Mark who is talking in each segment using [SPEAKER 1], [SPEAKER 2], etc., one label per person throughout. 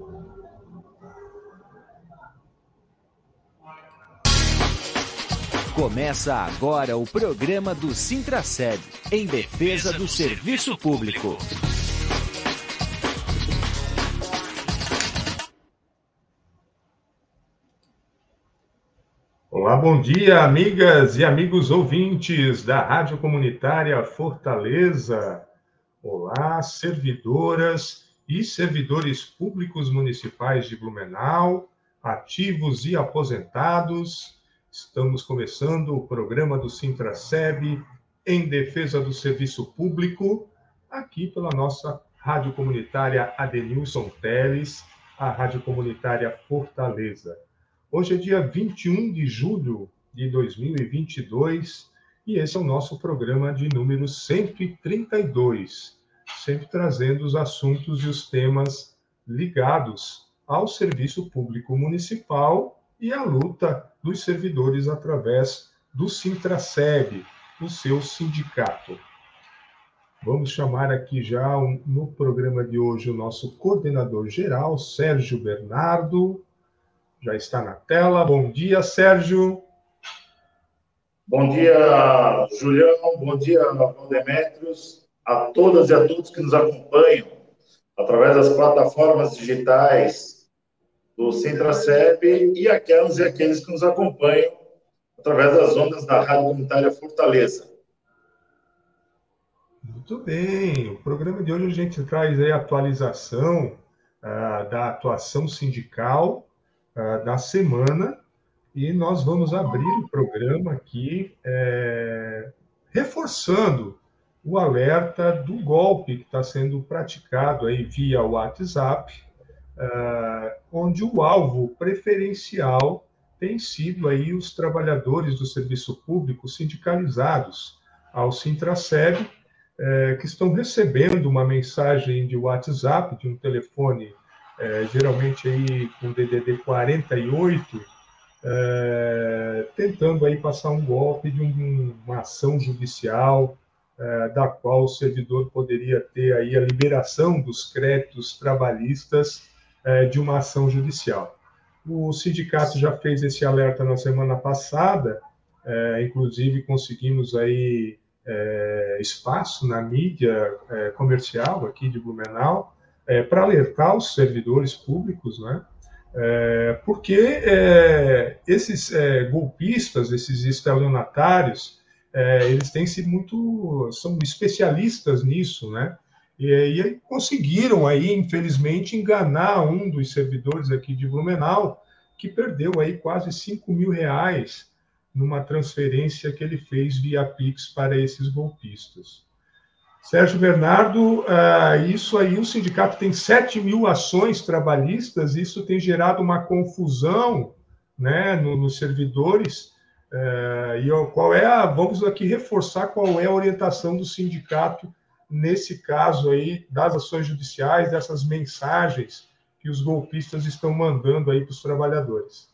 [SPEAKER 1] Começa agora o programa do Sintraceb, em defesa do serviço público.
[SPEAKER 2] Olá, bom dia, amigas e amigos ouvintes da Rádio Comunitária Fortaleza. Olá, servidoras e servidores públicos municipais de Blumenau, ativos e aposentados. Estamos começando o programa do Sintraceb em defesa do serviço público, aqui pela nossa Rádio Comunitária Adenilson Teles, a Rádio Comunitária Fortaleza. Hoje é dia 21 de julho de 2022 e esse é o nosso programa de número 132, sempre trazendo os assuntos e os temas ligados ao serviço público municipal e à luta dos servidores através do Sintraceb, o seu sindicato. Vamos chamar aqui já no programa de hoje o nosso coordenador geral, Sérgio Bernardo. Já está na tela. Bom dia, Sérgio.
[SPEAKER 3] Bom dia, Julião. Bom dia, Valdemétrios. A todas e a todos que nos acompanham através das plataformas digitais do Sintraceb e aquelas e aqueles que nos acompanham através das ondas da Rádio Comunitária Fortaleza.
[SPEAKER 2] Muito bem. O programa de hoje a gente traz aí a atualização da atuação sindical da semana, e nós vamos abrir o programa aqui reforçando o alerta do golpe que está sendo praticado aí via WhatsApp, onde o alvo preferencial tem sido aí os trabalhadores do serviço público sindicalizados ao Sintraceb, que estão recebendo uma mensagem de WhatsApp, de um telefone geralmente aí com DDD 48, tentando aí passar um golpe de uma ação judicial, da qual o servidor poderia ter aí a liberação dos créditos trabalhistas de uma ação judicial. O sindicato já fez esse alerta na semana passada, inclusive conseguimos aí espaço na mídia comercial aqui de Blumenau, para alertar os servidores públicos, né? Porque esses golpistas, esses estelionatários, eles têm sido são especialistas nisso, né? E conseguiram aí, infelizmente, enganar um dos servidores aqui de Blumenau, que perdeu aí quase R$ 5.000 numa transferência que ele fez via Pix para esses golpistas. Sérgio Bernardo, isso aí, o sindicato tem 7.000 ações trabalhistas, isso tem gerado uma confusão, né, nos servidores, e vamos aqui reforçar qual é a orientação do sindicato nesse caso aí das ações judiciais, dessas mensagens que os golpistas estão mandando aí para os trabalhadores.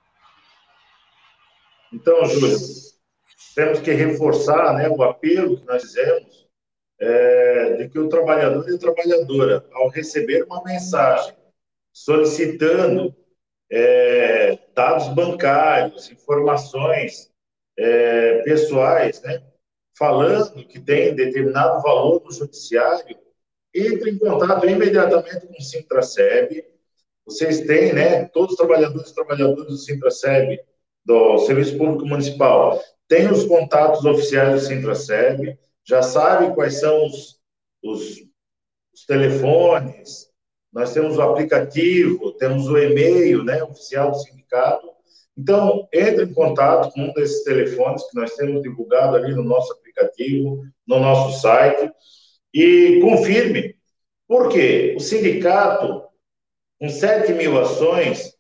[SPEAKER 3] Então, Júlio, temos que reforçar, né, o apelo que nós fizemos, de que o trabalhador e a trabalhadora, ao receber uma mensagem solicitando dados bancários, informações pessoais, né, falando que tem determinado valor no judiciário, entre em contato imediatamente com o Sintraceb. Vocês têm, né, todos os trabalhadores e trabalhadoras do Sintraceb, do Serviço Público Municipal, têm os contatos oficiais do Sintraceb, já sabem quais são os telefones, nós temos o aplicativo, temos o e-mail, né, oficial do sindicato. Então, entre em contato com um desses telefones que nós temos divulgado ali no nosso aplicativo, no nosso site, e confirme. Por quê? O sindicato, com 7.000 ações,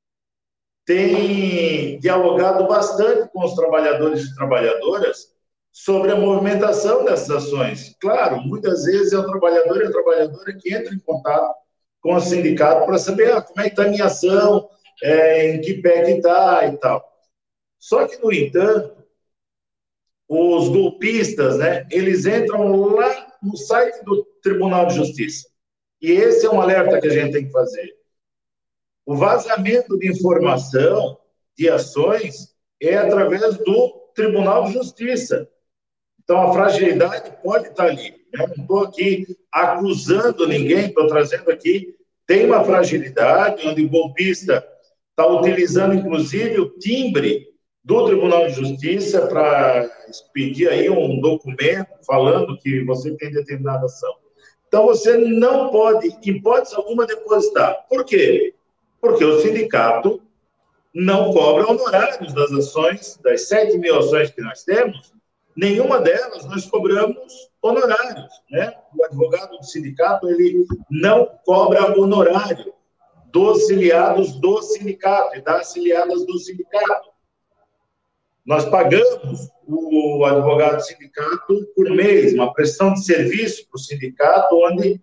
[SPEAKER 3] tem dialogado bastante com os trabalhadores e trabalhadoras sobre a movimentação dessas ações. Claro, muitas vezes é o trabalhador e a trabalhadora que entra em contato com o sindicato para saber como é que está a minha ação, em que pé que está e tal. Só que, no entanto, os golpistas, né, eles entram lá no site do Tribunal de Justiça. E esse é um alerta que a gente tem que fazer. O vazamento de informação, de ações, é através do Tribunal de Justiça. Então, a fragilidade pode estar ali. Né? Não estou aqui acusando ninguém, estou trazendo aqui. Tem uma fragilidade onde o golpista está utilizando, inclusive, o timbre do Tribunal de Justiça para expedir aí um documento falando que você tem determinada ação. Então, você não pode, em hipótese alguma, depositar. Por quê? Porque o sindicato não cobra honorários das ações, das 7 mil ações que nós temos, nenhuma delas nós cobramos honorários. Né? O advogado do sindicato ele não cobra honorário dos filiados do sindicato e das filiadas do sindicato. Nós pagamos o advogado do sindicato por mês, uma prestação de serviço para o sindicato, onde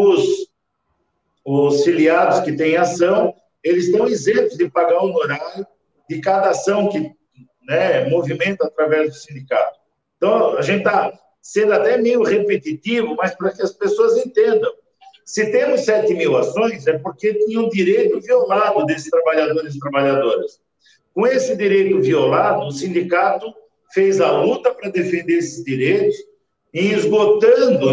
[SPEAKER 3] os filiados que têm ação, eles estão isentos de pagar honorário de cada ação que movimenta através do sindicato. Então, a gente está sendo até meio repetitivo, mas para que as pessoas entendam. Se temos 7 mil ações, é porque tinha um direito violado desses trabalhadores e trabalhadoras. Com esse direito violado, o sindicato fez a luta para defender esses direitos, e esgotando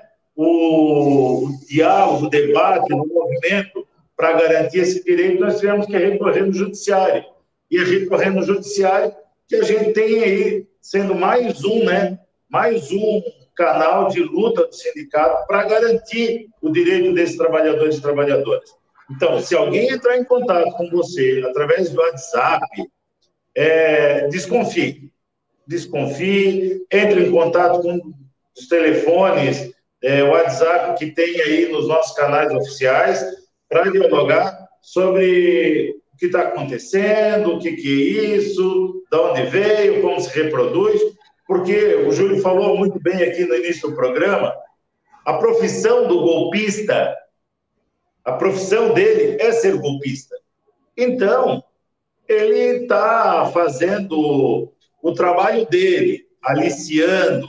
[SPEAKER 3] o diálogo, o debate, o movimento para garantir esse direito, nós tivemos que recorrer no judiciário. E a recorrer no judiciário, que a gente tem aí, sendo mais um canal de luta do sindicato para garantir o direito desses trabalhadores e trabalhadoras. Então, se alguém entrar em contato com você através do WhatsApp, desconfie, entre em contato com os telefones, WhatsApp que tem aí nos nossos canais oficiais, para dialogar sobre o que está acontecendo, o que é isso, de onde veio, como se reproduz, porque o Júlio falou muito bem aqui no início do programa, a profissão do golpista, a profissão dele é ser golpista. Então, ele está fazendo o trabalho dele, aliciando,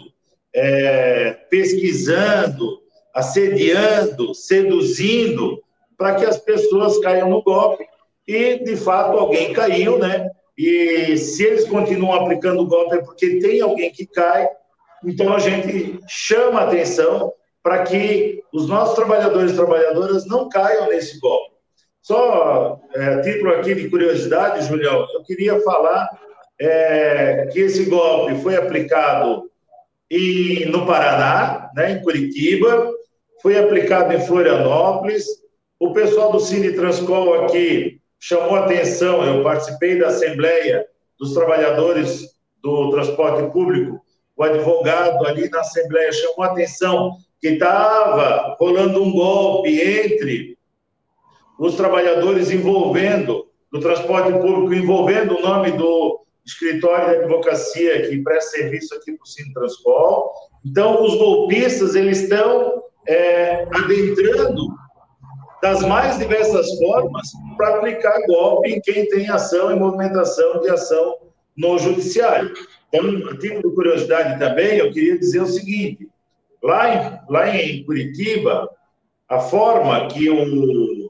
[SPEAKER 3] pesquisando, assediando, seduzindo, para que as pessoas caiam no golpe. E, de fato, alguém caiu, né? E se eles continuam aplicando o golpe é porque tem alguém que cai. Então, a gente chama a atenção para que os nossos trabalhadores e trabalhadoras não caiam nesse golpe. Só título aqui de curiosidade, Julião, eu queria falar que esse golpe foi aplicado no Paraná, em Curitiba, foi aplicado em Florianópolis. O pessoal do Cine Transcol aqui chamou atenção, eu participei da Assembleia dos Trabalhadores do Transporte Público, o advogado ali na Assembleia chamou atenção que estava rolando um golpe entre os trabalhadores do transporte público, envolvendo o nome do escritório de advocacia que presta serviço aqui para o Cine Transcol. Então, os golpistas eles estão adentrando das mais diversas formas para aplicar golpe em quem tem ação e movimentação de ação no judiciário. Então, a título de curiosidade também, eu queria dizer o seguinte, lá em Curitiba, a forma que o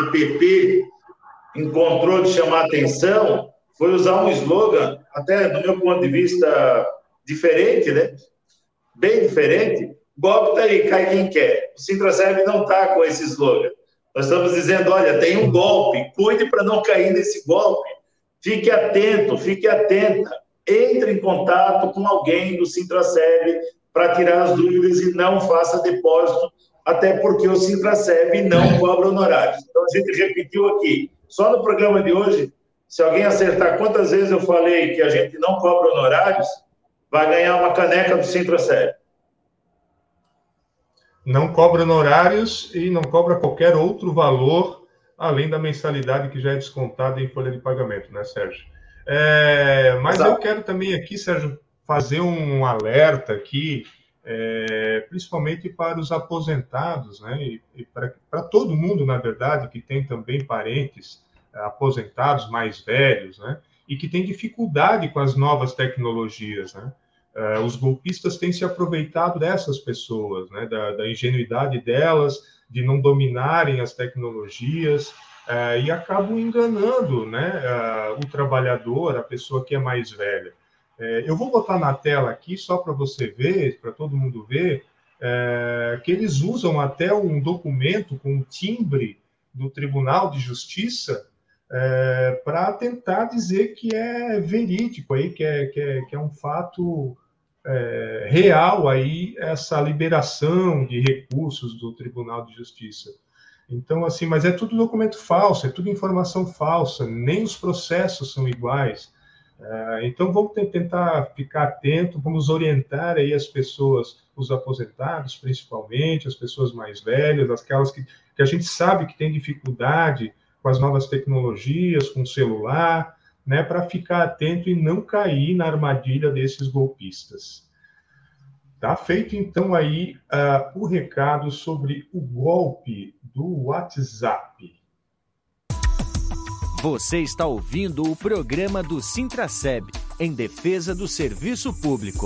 [SPEAKER 3] APP encontrou de chamar atenção foi usar um slogan, até do meu ponto de vista, diferente, né? Bem diferente. Golpe está aí, cai quem quer. O Sintraserv não está com esse slogan. Nós estamos dizendo, olha, tem um golpe, cuide para não cair nesse golpe. Fique atento, fique atenta. Entre em contato com alguém do Sintraserv para tirar as dúvidas e não faça depósito, até porque o Sintraserv não cobra honorários. Então, a gente repetiu aqui, só no programa de hoje, se alguém acertar quantas vezes eu falei que a gente não cobra honorários, vai ganhar uma caneca do Sintraserv.
[SPEAKER 2] Não cobra honorários e não cobra qualquer outro valor, além da mensalidade que já é descontada em folha de pagamento, né, Sérgio? Mas eu quero também aqui, Sérgio, fazer um alerta aqui, principalmente para os aposentados, né, e para todo mundo, na verdade, que tem também parentes aposentados mais velhos, né, e que tem dificuldade com as novas tecnologias, né? Os golpistas têm se aproveitado dessas pessoas, né, da ingenuidade delas, de não dominarem as tecnologias, e acabam enganando, né, o trabalhador, a pessoa que é mais velha. Eu vou botar na tela aqui, só para você ver, para todo mundo ver, que eles usam até um documento com o timbre do Tribunal de Justiça para tentar dizer que é verídico, aí, que é um fato real aí, essa liberação de recursos do Tribunal de Justiça. Então, assim, mas é tudo documento falso, é tudo informação falsa, nem os processos são iguais. Então, vamos tentar ficar atento, vamos orientar aí as pessoas, os aposentados, principalmente, as pessoas mais velhas, aquelas que a gente sabe que tem dificuldade com as novas tecnologias, com o celular, né, para ficar atento e não cair na armadilha desses golpistas. Tá feito, então, aí o recado sobre o golpe do WhatsApp.
[SPEAKER 1] Você está ouvindo o programa do Sintraceb, em defesa do serviço público.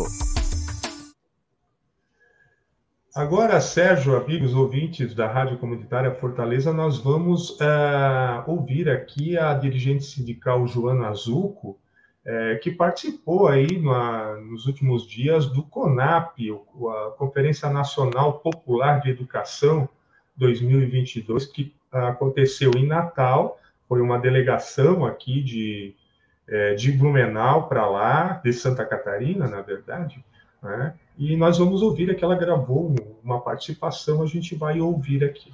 [SPEAKER 2] Agora, Sérgio, amigos ouvintes da Rádio Comunitária Fortaleza, nós vamos ouvir aqui a dirigente sindical Joana Zucco, que participou aí nos últimos dias do CONAP, a Conferência Nacional Popular de Educação 2022, que aconteceu em Natal. Foi uma delegação aqui de Blumenau para lá, de Santa Catarina, na verdade, né? E nós vamos ouvir aqui, ela gravou uma participação, a gente vai ouvir aqui.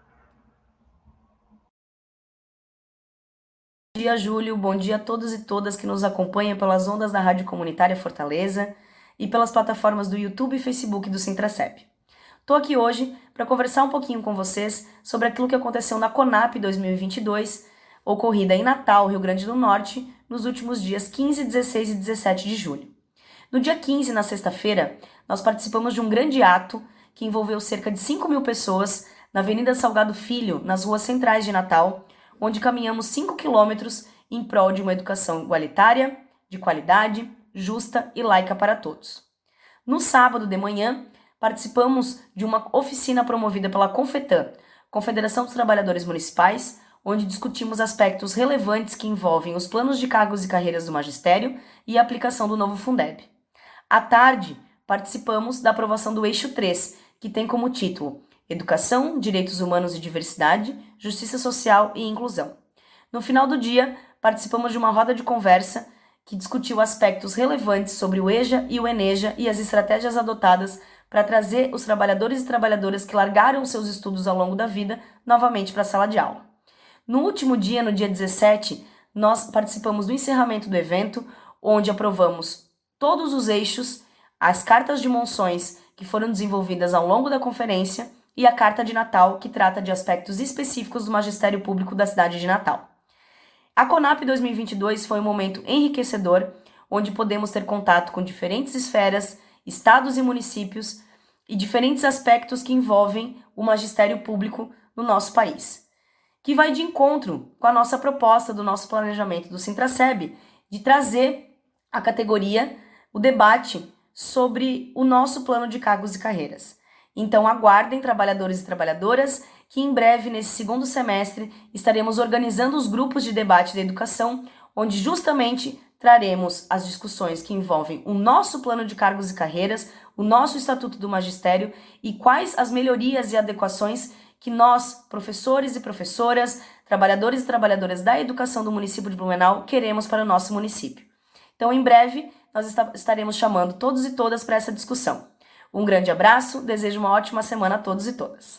[SPEAKER 4] Bom dia, Júlio. Bom dia a todos e todas que nos acompanham pelas ondas da Rádio Comunitária Fortaleza e pelas plataformas do YouTube e Facebook do Sintraceb. Estou aqui hoje para conversar um pouquinho com vocês sobre aquilo que aconteceu na CONAP 2022, ocorrida em Natal, Rio Grande do Norte, nos últimos dias 15, 16 e 17 de julho. No dia 15, na sexta-feira, nós participamos de um grande ato que envolveu cerca de 5.000 pessoas na Avenida Salgado Filho, nas ruas centrais de Natal, onde caminhamos 5 quilômetros em prol de uma educação igualitária, de qualidade, justa e laica para todos. No sábado de manhã, participamos de uma oficina promovida pela Confetam, Confederação dos Trabalhadores Municipais, onde discutimos aspectos relevantes que envolvem os planos de cargos e carreiras do magistério e a aplicação do novo Fundeb. À tarde, participamos da aprovação do Eixo 3, que tem como título Educação, Direitos Humanos e Diversidade, Justiça Social e Inclusão. No final do dia, participamos de uma roda de conversa que discutiu aspectos relevantes sobre o EJA e o ENEJA e as estratégias adotadas para trazer os trabalhadores e trabalhadoras que largaram seus estudos ao longo da vida novamente para a sala de aula. No último dia, no dia 17, nós participamos do encerramento do evento, onde aprovamos todos os eixos, as cartas de monções que foram desenvolvidas ao longo da conferência e a carta de Natal, que trata de aspectos específicos do magistério público da cidade de Natal. A CONAP 2022 foi um momento enriquecedor, onde podemos ter contato com diferentes esferas, estados e municípios e diferentes aspectos que envolvem o magistério público no nosso país, que vai de encontro com a nossa proposta do nosso planejamento do Sintraceb de trazer a categoria, o debate sobre o nosso plano de cargos e carreiras. Então aguardem, trabalhadores e trabalhadoras, que em breve, nesse segundo semestre, estaremos organizando os grupos de debate da educação, onde justamente traremos as discussões que envolvem o nosso plano de cargos e carreiras, o nosso Estatuto do Magistério e quais as melhorias e adequações que nós, professores e professoras, trabalhadores e trabalhadoras da educação do município de Blumenau, queremos para o nosso município. Então, em breve, nós estaremos chamando todos e todas para essa discussão. Um grande abraço, desejo uma ótima semana a todos e todas.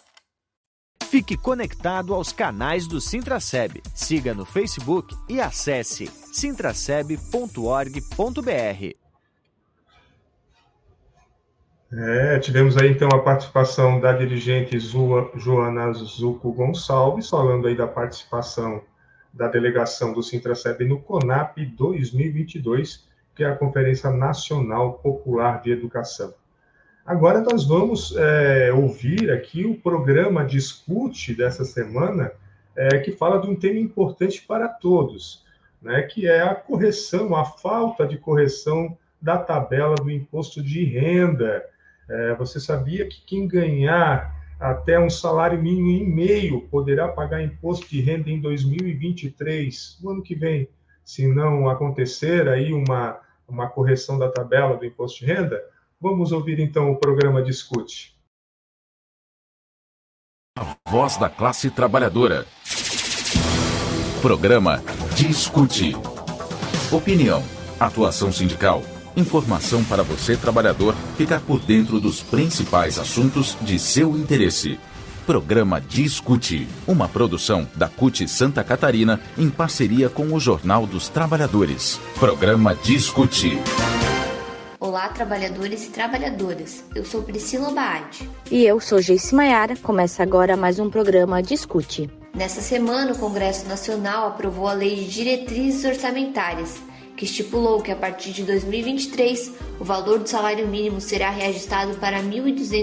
[SPEAKER 1] Fique conectado aos canais do Sintraceb. Siga no Facebook e acesse sintraceb.org.br.
[SPEAKER 2] Tivemos aí então a participação da dirigente Joana Zucco Gonçalves, falando aí da participação da delegação do Sintraceb no CONAP 2022, que é a Conferência Nacional Popular de Educação. Agora nós vamos ouvir aqui o programa Discute dessa semana, que fala de um tema importante para todos, né, que é a correção, a falta de correção da tabela do imposto de renda. Você sabia que quem ganhar até um salário mínimo e meio poderá pagar imposto de renda em 2023, no ano que vem, se não acontecer aí uma correção da tabela do imposto de renda? Vamos ouvir então o programa Discute.
[SPEAKER 5] A voz da classe trabalhadora. Programa Discute. Opinião, atuação sindical, informação para você, trabalhador, ficar por dentro dos principais assuntos de seu interesse. Programa Discute, uma produção da CUT Santa Catarina em parceria com o Jornal dos Trabalhadores. Programa Discute.
[SPEAKER 6] Olá, trabalhadores e trabalhadoras. Eu sou Priscila Baade.
[SPEAKER 7] E eu sou Geice Maiara. Começa agora mais um programa Discute.
[SPEAKER 6] Nesta semana, o Congresso Nacional aprovou a Lei de Diretrizes Orçamentárias, que estipulou que a partir de 2023 o valor do salário mínimo será reajustado para R$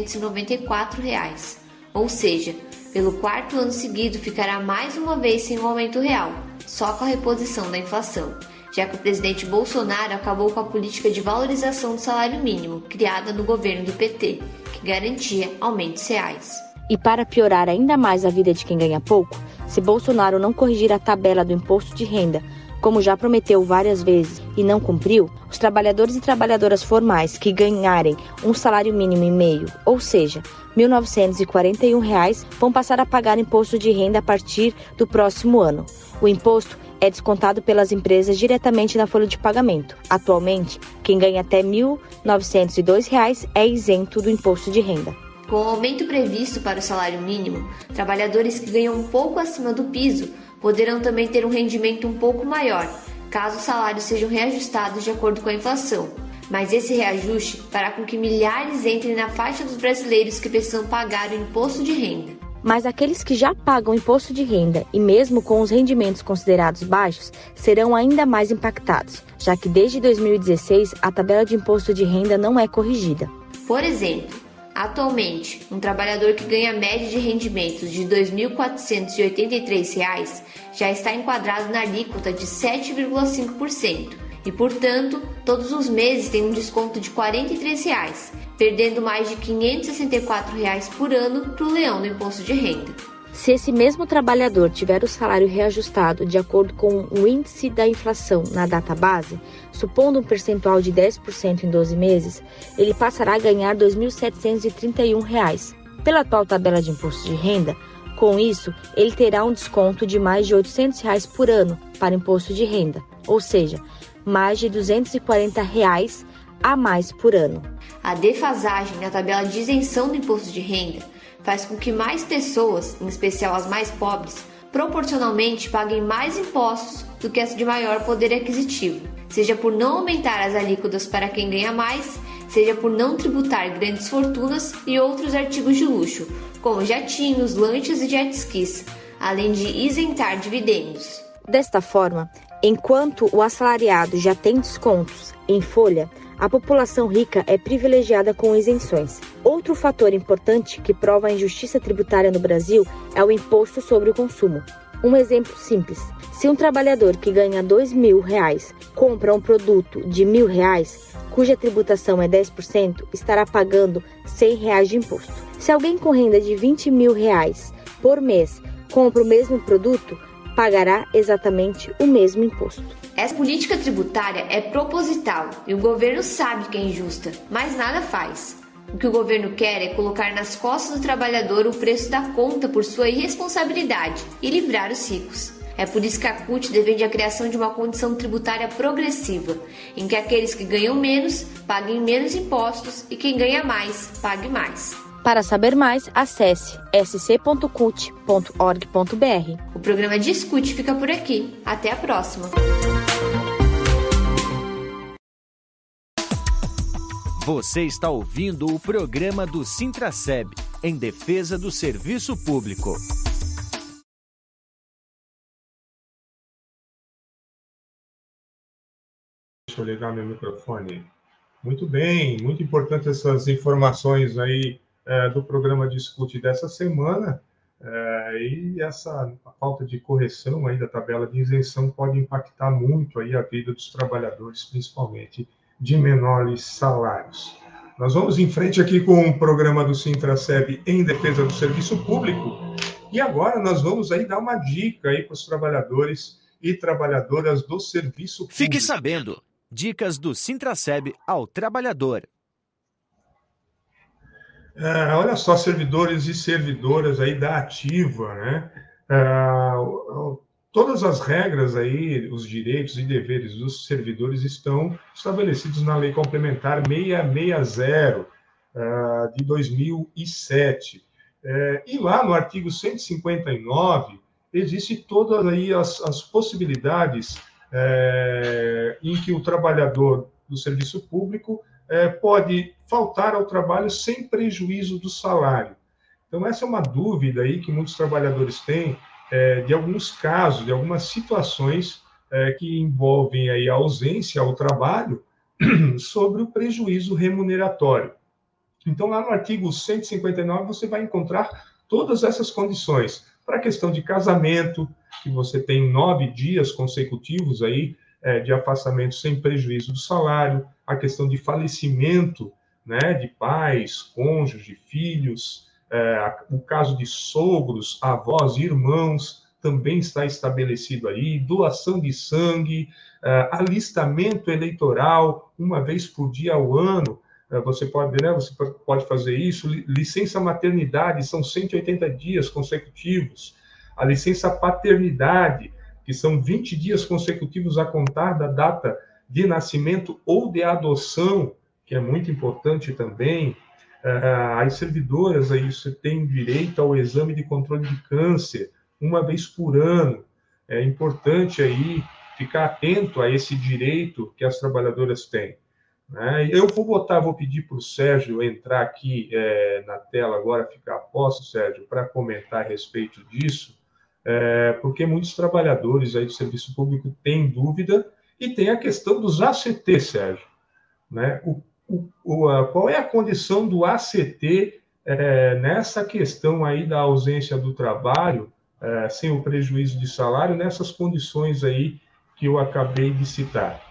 [SPEAKER 6] 1.294, ou seja, pelo quarto ano seguido ficará mais uma vez sem um aumento real, só com a reposição da inflação, já que o presidente Bolsonaro acabou com a política de valorização do salário mínimo criada no governo do PT, que garantia aumentos reais.
[SPEAKER 7] E para piorar ainda mais a vida de quem ganha pouco, se Bolsonaro não corrigir a tabela do imposto de renda, como já prometeu várias vezes e não cumpriu, os trabalhadores e trabalhadoras formais que ganharem um salário mínimo e meio, ou seja, R$ 1.941, vão passar a pagar imposto de renda a partir do próximo ano. O imposto é descontado pelas empresas diretamente na folha de pagamento. Atualmente, quem ganha até R$ 1.902 é isento do imposto de renda.
[SPEAKER 6] Com o aumento previsto para o salário mínimo, trabalhadores que ganham um pouco acima do piso poderão também ter um rendimento um pouco maior, caso os salários sejam reajustados de acordo com a inflação. Mas esse reajuste fará com que milhares entrem na faixa dos brasileiros que precisam pagar o imposto de renda.
[SPEAKER 7] Mas aqueles que já pagam imposto de renda e mesmo com os rendimentos considerados baixos, serão ainda mais impactados, já que desde 2016 a tabela de imposto de renda não é corrigida.
[SPEAKER 6] Por exemplo, atualmente, um trabalhador que ganha média de rendimentos de R$ 2.483 já está enquadrado na alíquota de 7,5% e, portanto, todos os meses tem um desconto de R$ 43, perdendo mais de R$ 564 por ano para o leão do imposto de renda.
[SPEAKER 7] Se esse mesmo trabalhador tiver o salário reajustado de acordo com o índice da inflação na data base, supondo um percentual de 10% em 12 meses, ele passará a ganhar R$ 2.731. Pela atual tabela de imposto de renda, com isso, ele terá um desconto de mais de R$ 800 por ano para imposto de renda, ou seja, mais de R$ 240 a mais por ano.
[SPEAKER 6] A defasagem na tabela de isenção do imposto de renda faz com que mais pessoas, em especial as mais pobres, proporcionalmente paguem mais impostos do que as de maior poder aquisitivo, seja por não aumentar as alíquotas para quem ganha mais, seja por não tributar grandes fortunas e outros artigos de luxo, como jatinhos, lanchas e jet skis, além de isentar dividendos.
[SPEAKER 7] Desta forma, enquanto o assalariado já tem descontos em folha, a população rica é privilegiada com isenções. Outro fator importante que prova a injustiça tributária no Brasil é o imposto sobre o consumo. Um exemplo simples: se um trabalhador que ganha R$ 2.000 compra um produto de R$ 1.000, cuja tributação é 10%, estará pagando R$ 100 de imposto. Se alguém com renda de R$ 20.000 por mês compra o mesmo produto, pagará exatamente o mesmo imposto.
[SPEAKER 6] Essa política tributária é proposital e o governo sabe que é injusta, mas nada faz. O que o governo quer é colocar nas costas do trabalhador o preço da conta por sua irresponsabilidade e livrar os ricos. É por isso que a CUT defende a criação de uma condição tributária progressiva, em que aqueles que ganham menos paguem menos impostos e quem ganha mais pague mais.
[SPEAKER 7] Para saber mais, acesse sc.cut.org.br.
[SPEAKER 6] O programa Discute fica por aqui. Até a próxima!
[SPEAKER 1] Você está ouvindo o programa do Sintraceb, em defesa do serviço público.
[SPEAKER 2] Deixa eu ligar meu microfone. Muito bem, muito importante essas informações aí do programa Discute dessa semana. E essa falta de correção aí da tabela de isenção pode impactar muito aí a vida dos trabalhadores, principalmente de menores salários. Nós vamos em frente aqui com o programa do Sintraceb em defesa do serviço público. E agora nós vamos aí dar uma dica aí para os trabalhadores e trabalhadoras do serviço público.
[SPEAKER 1] Fique sabendo, dicas do Sintraceb ao trabalhador.
[SPEAKER 2] Olha só, servidores e servidoras aí da Ativa, né? Todas as regras aí, os direitos e deveres dos servidores estão estabelecidos na Lei Complementar 660 de 2007. E lá no artigo 159, existe todas aí as possibilidades em que o trabalhador do serviço público pode faltar ao trabalho sem prejuízo do salário. Então, essa é uma dúvida aí que muitos trabalhadores têm, de alguns casos, de algumas situações que envolvem aí a ausência ao trabalho sobre o prejuízo remuneratório. Então, lá no artigo 159, você vai encontrar todas essas condições. Para a questão de casamento, que você tem 9 dias consecutivos aí de afastamento sem prejuízo do salário, a questão de falecimento, né, de pais, cônjuge, filhos, o caso de sogros, avós, irmãos, também está estabelecido aí, doação de sangue, alistamento eleitoral, uma vez por dia ao ano, você pode fazer isso, licença maternidade, são 180 dias consecutivos, a licença paternidade, que são 20 dias consecutivos a contar da data de nascimento ou de adoção, que é muito importante também. As servidoras, aí você tem direito ao exame de controle de câncer, uma vez por ano. É importante aí ficar atento a esse direito que as trabalhadoras têm. Eu vou pedir para o Sérgio entrar aqui na tela agora, ficar a posto, Sérgio, para comentar a respeito disso, porque muitos trabalhadores aí do serviço público têm dúvida, e tem a questão dos ACT, Sérgio, né? Qual é a condição do ACT nessa questão aí da ausência do trabalho, sem o prejuízo de salário, nessas condições aí que eu acabei de citar?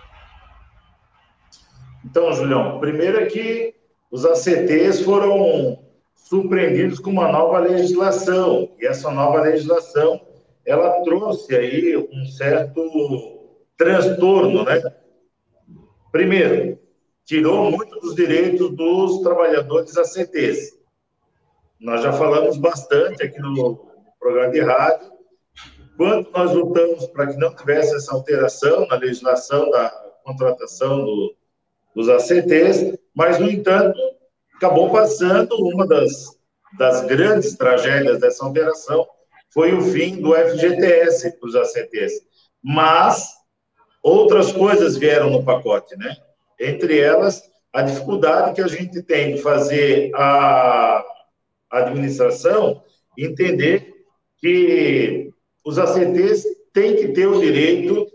[SPEAKER 3] Então, Julião, primeiro é que os ACTs foram surpreendidos com uma nova legislação, e essa nova legislação, ela trouxe aí um certo transtorno, né? Primeiro, tirou muito dos direitos dos trabalhadores ACTs. Nós já falamos bastante aqui no programa de rádio, quanto nós lutamos para que não tivesse essa alteração na legislação da contratação dos ACTs, mas, no entanto, acabou passando uma das grandes tragédias dessa alteração, foi o fim do FGTS para os ACTs. Mas outras coisas vieram no pacote, né? Entre elas, a dificuldade que a gente tem de fazer a administração entender que os ACTs têm que ter o direito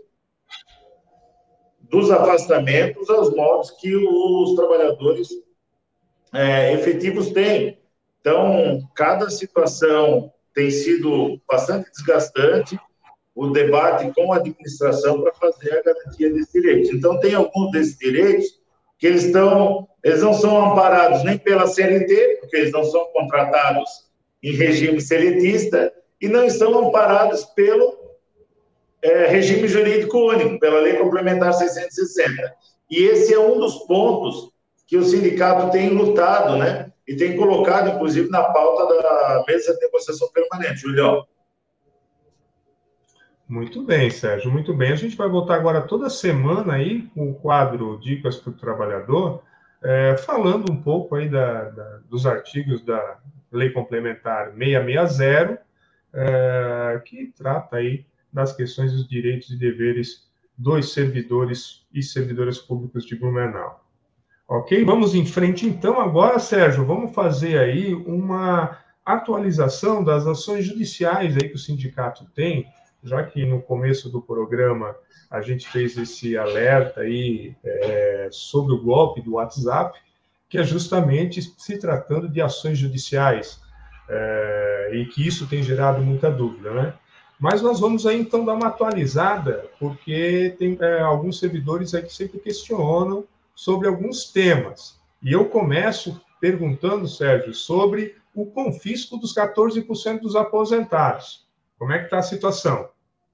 [SPEAKER 3] dos afastamentos aos modos que os trabalhadores efetivos têm. Então, cada situação tem sido bastante desgastante, o debate com a administração para fazer a garantia desses direitos. Então, tem alguns desses direitos que eles não são amparados nem pela CLT, porque eles não são contratados em regime seletista, e não estão amparados pelo regime jurídico único, pela Lei Complementar 660. E esse é um dos pontos que o sindicato tem lutado, né? E tem colocado, inclusive, na pauta da mesa de negociação permanente. Julião.
[SPEAKER 2] Muito bem, Sérgio, muito bem. A gente vai voltar agora toda semana aí com o quadro Dicas para o Trabalhador, falando um pouco aí dos artigos da Lei Complementar 660, que trata aí das questões dos direitos e deveres dos servidores e servidoras públicas de Blumenau. Ok? Vamos em frente, então. Agora, Sérgio, vamos fazer aí uma atualização das ações judiciais aí que o sindicato tem, já que no começo do programa a gente fez esse alerta aí sobre o golpe do WhatsApp, que é justamente se tratando de ações judiciais, e que isso tem gerado muita dúvida, né? Mas nós vamos aí, então, dar uma atualizada, porque tem alguns servidores aí que sempre questionam sobre alguns temas. E eu começo perguntando, Sérgio, sobre o confisco dos 14% dos aposentados. Como é que está a situação?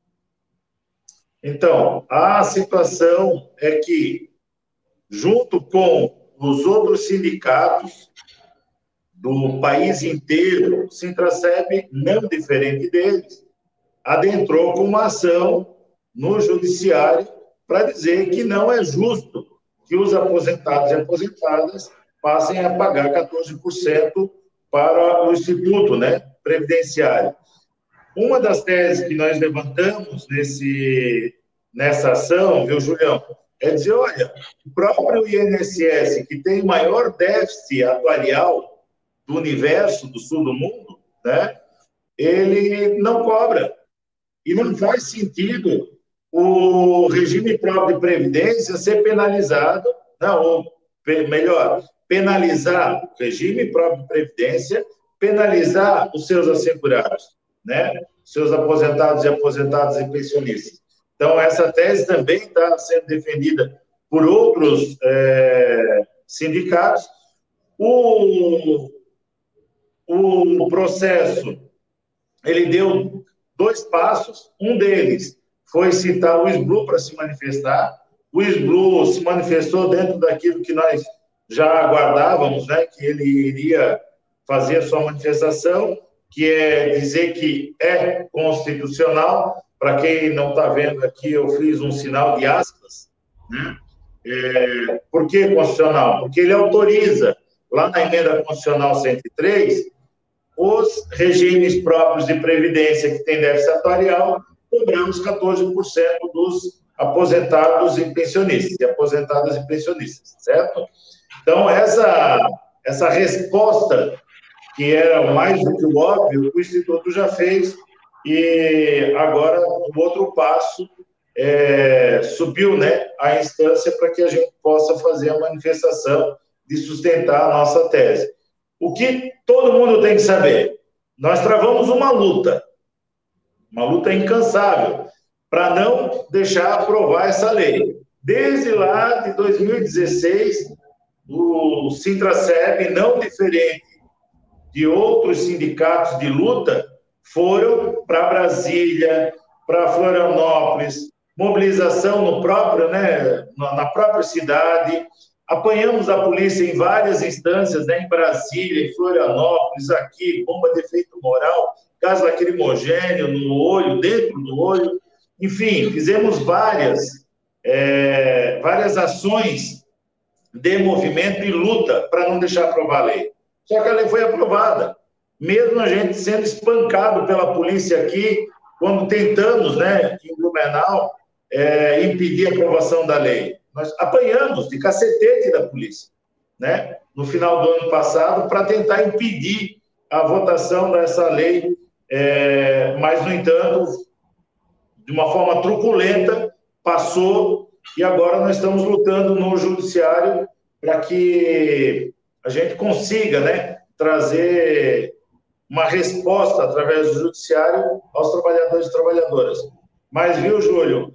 [SPEAKER 3] Então, a situação é que, junto com os outros sindicatos do país inteiro, o Sintraceb, não diferente deles, adentrou com uma ação no judiciário para dizer que não é justo que os aposentados e aposentadas passem a pagar 14% para o Instituto, né, Previdenciário. Uma das teses que nós levantamos nessa ação, viu, Julião, é dizer, olha, o próprio INSS, que tem o maior déficit atuarial do universo, do sul do mundo, né, ele não cobra. E não faz sentido o regime próprio de previdência ser penalizado, não, ou melhor, penalizar o regime próprio de previdência, penalizar os seus assegurados, né? Seus aposentados e aposentadas e pensionistas. Então, essa tese também está sendo defendida por outros sindicatos. O processo, ele deu 2 passos. Um deles foi citar o SBLU para se manifestar. O SBLU se manifestou dentro daquilo que nós já aguardávamos, né, que ele iria fazer a sua manifestação, que é dizer que é constitucional. Para quem não está vendo aqui, eu fiz um sinal de aspas, né? Por que constitucional? Porque ele autoriza, lá na emenda constitucional 103, os regimes próprios de previdência que têm déficit atuarial cobrar os 14% dos aposentados e pensionistas, e aposentadas e pensionistas, certo? Então, essa resposta, que era mais do que o óbvio, o Instituto já fez, e agora o outro passo subiu, né, a instância para que a gente possa fazer a manifestação de sustentar a nossa tese. O que todo mundo tem que saber? Nós travamos uma luta incansável, para não deixar aprovar essa lei. Desde lá de 2016, o Sintraceb, não diferente de outros sindicatos de luta, foram para Brasília, para Florianópolis, mobilização no próprio, né, na própria cidade. Apanhamos a polícia em várias instâncias, né, em Brasília, em Florianópolis, aqui, bomba de efeito moral, gás lacrimogênio no olho, dentro do olho. Enfim, fizemos várias ações de movimento e luta para não deixar aprovar a lei. Só que a lei foi aprovada. Mesmo a gente sendo espancado pela polícia aqui, quando tentamos, né, em Blumenau, impedir a aprovação da lei. Nós apanhamos de cacetete da polícia, né, no final do ano passado, para tentar impedir a votação dessa lei, mas, no entanto, de uma forma truculenta, passou, e agora nós estamos lutando no judiciário para que a gente consiga, né, trazer uma resposta através do judiciário aos trabalhadores e trabalhadoras. Mas, viu, Júlio,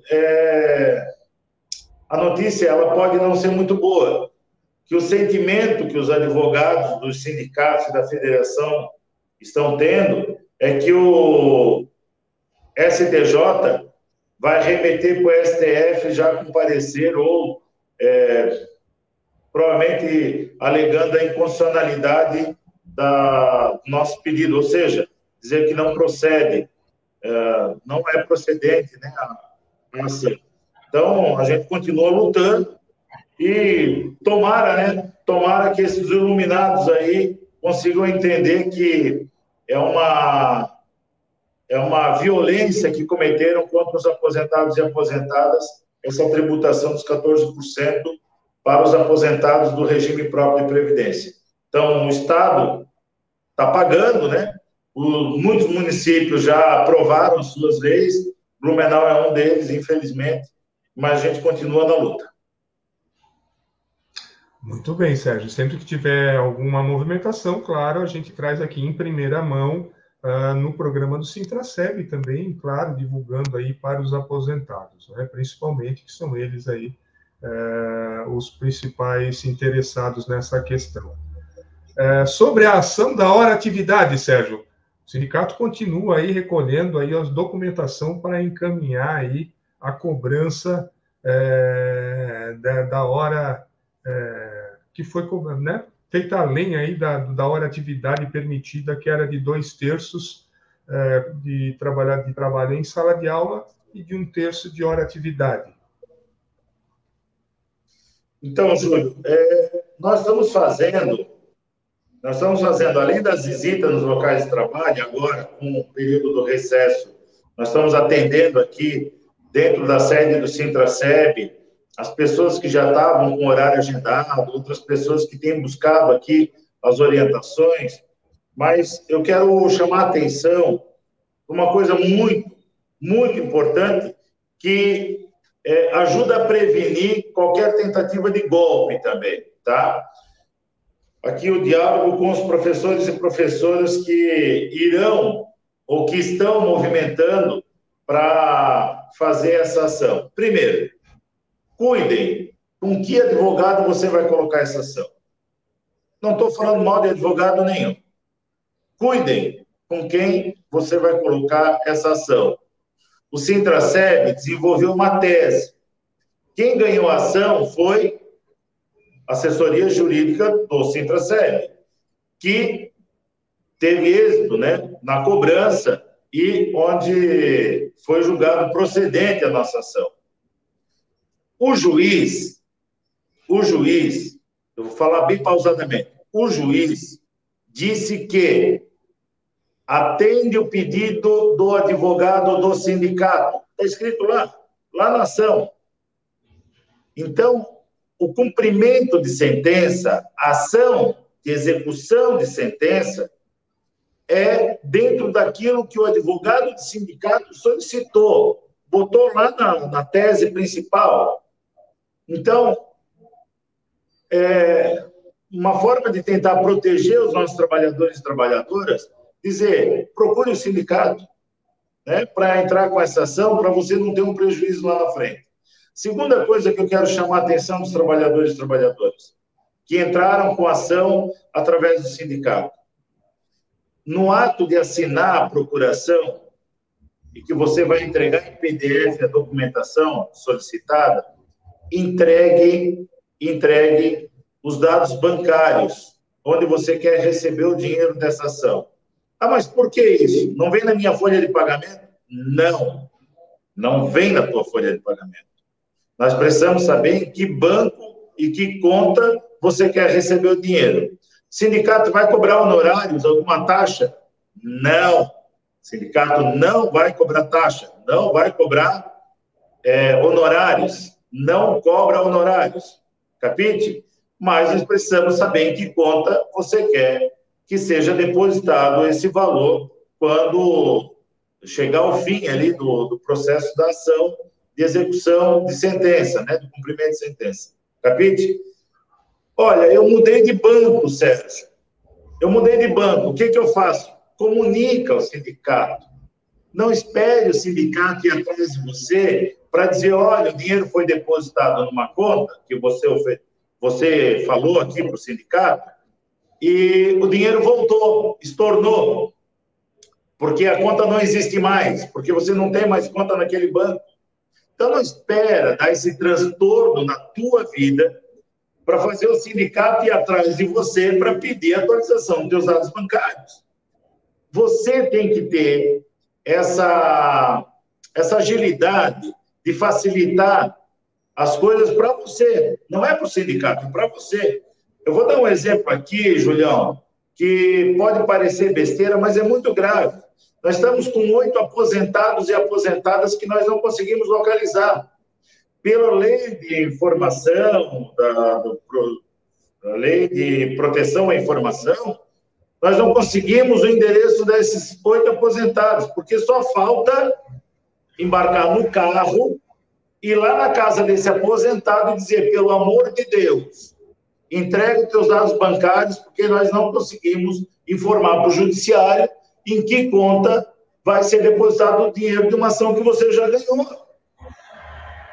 [SPEAKER 3] a notícia ela pode não ser muito boa, que o sentimento que os advogados dos sindicatos e da federação estão tendo é que o STJ vai remeter para o STF já com parecer ou provavelmente alegando a inconstitucionalidade do nosso pedido, ou seja, dizer que não procede, não é procedente, né, a ação. Então, a gente continua lutando e tomara que esses iluminados aí consigam entender que é uma violência que cometeram contra os aposentados e aposentadas, essa tributação dos 14% para os aposentados do regime próprio de previdência. Então, o Estado está pagando, né? Muitos municípios já aprovaram suas leis, Blumenau é um deles, infelizmente, mas a gente continua na luta.
[SPEAKER 2] Muito bem, Sérgio. Sempre que tiver alguma movimentação, claro, a gente traz aqui em primeira mão no programa do Sintraceb também, claro, divulgando aí para os aposentados, né? Principalmente, que são eles aí os principais interessados nessa questão. Sobre a ação da hora-atividade, Sérgio, o sindicato continua aí recolhendo aí a documentação para encaminhar aí a cobrança da hora que foi, né, feita além aí da hora-atividade permitida, que era de 2/3 de trabalho em sala de aula e de 1/3 de hora-atividade.
[SPEAKER 3] Então, Júlio, nós estamos fazendo, além das visitas nos locais de trabalho, agora, com o período do recesso, nós estamos atendendo aqui, dentro da sede do Sintraceb, as pessoas que já estavam com horário agendado, outras pessoas que têm buscado aqui as orientações, mas eu quero chamar a atenção para uma coisa muito, muito importante, que ajuda a prevenir qualquer tentativa de golpe também, tá? Aqui o diálogo com os professores e professoras que irão ou que estão movimentando para fazer essa ação. Primeiro, cuidem com que advogado você vai colocar essa ação. Não estou falando mal de advogado nenhum. Cuidem com quem você vai colocar essa ação. O Sintraceb desenvolveu uma tese. Quem ganhou a ação foi a assessoria jurídica do Sintraceb, que teve êxito, né, na cobrança e onde foi julgado procedente a nossa ação. O juiz, eu vou falar bem pausadamente, o juiz disse que atende o pedido do advogado do sindicato. Está escrito lá na ação. Então, o cumprimento de sentença, a ação de execução de sentença, é dentro daquilo que o advogado do sindicato solicitou, botou lá na tese principal. Então, uma forma de tentar proteger os nossos trabalhadores e trabalhadoras, dizer, procure o sindicato, né, para entrar com essa ação, para você não ter um prejuízo lá na frente. Segunda coisa que eu quero chamar a atenção dos trabalhadores e trabalhadoras, que entraram com ação através do sindicato. No ato de assinar a procuração, e que você vai entregar em PDF a documentação solicitada, entregue os dados bancários, onde você quer receber o dinheiro dessa ação. Ah, mas por que isso? Não vem na minha folha de pagamento? Não vem na tua folha de pagamento. Nós precisamos saber em que banco e que conta você quer receber o dinheiro. O sindicato vai cobrar honorários, alguma taxa? Não. O sindicato não vai cobrar taxa, não vai cobrar honorários, não cobra honorários. Capite? Mas nós precisamos saber em que conta você quer que seja depositado esse valor quando chegar ao fim ali do processo da ação de execução de sentença, né, do cumprimento de sentença. Capite? Olha, eu mudei de banco, Sérgio. Eu mudei de banco. O que eu faço? Comunica ao sindicato. Não espere o sindicato ir atrás de você para dizer, olha, o dinheiro foi depositado numa conta que você falou aqui para o sindicato e o dinheiro voltou, estornou, porque a conta não existe mais, porque você não tem mais conta naquele banco. Então, não espera dar esse transtorno na tua vida para fazer o sindicato ir atrás de você para pedir a atualização dos teus dados bancários. Você tem que ter essa agilidade de facilitar as coisas para você. Não é para o sindicato, é para você. Eu vou dar um exemplo aqui, Julião, que pode parecer besteira, mas é muito grave. Nós estamos com 8 aposentados e aposentadas que nós não conseguimos localizar. Pela lei de informação, da lei de proteção à informação, nós não conseguimos o endereço desses 8 aposentados, porque só falta embarcar no carro, ir lá na casa desse aposentado e dizer, pelo amor de Deus, entregue os teus dados bancários, porque nós não conseguimos informar para o judiciário em que conta vai ser depositado o dinheiro de uma ação que você já ganhou.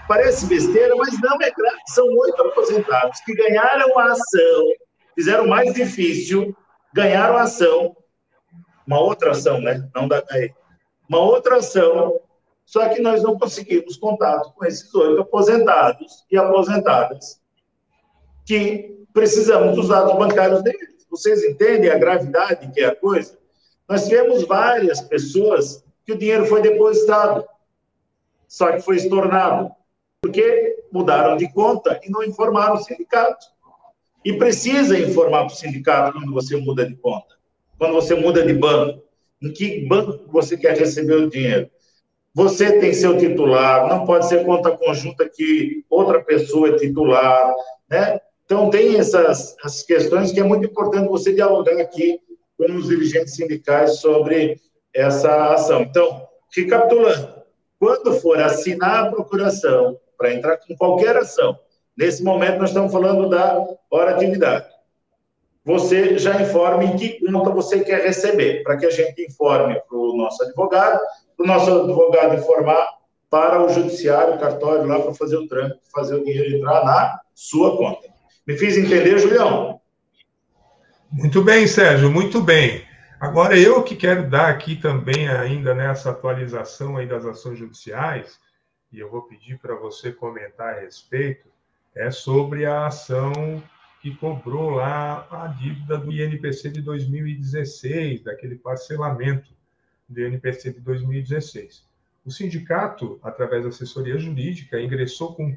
[SPEAKER 3] Parece besteira, mas não é grave. São 8 aposentados que ganharam a ação, fizeram mais difícil, ganharam a ação, uma outra ação, né? Não da uma outra ação, só que nós não conseguimos contato com esses 8 aposentados e aposentadas que precisamos dos dados bancários deles. Vocês entendem a gravidade que é a coisa? Nós tivemos várias pessoas que o dinheiro foi depositado, só que foi estornado, porque mudaram de conta e não informaram o sindicato. E precisa informar para o sindicato quando você muda de conta, quando você muda de banco, em que banco você quer receber o dinheiro. Você tem seu titular, não pode ser conta conjunta que outra pessoa é titular, né? Então, tem essas questões que é muito importante você dialogar aqui com os dirigentes sindicais sobre essa ação. Então, recapitulando, quando for assinar a procuração para entrar com qualquer ação, nesse momento nós estamos falando da hora de atividade, você já informe em que conta você quer receber, para que a gente informe para o nosso advogado informar para o judiciário, o cartório lá, para fazer o trâmite, fazer o dinheiro entrar na sua conta. Me fiz entender, Julião?
[SPEAKER 2] Muito bem, Sérgio, muito bem. Agora, eu que quero dar aqui também, ainda nessa atualização aí das ações judiciais, e eu vou pedir para você comentar a respeito, é sobre a ação que cobrou lá a dívida do INPC de 2016, daquele parcelamento do INPC de 2016. O sindicato, através da assessoria jurídica, ingressou com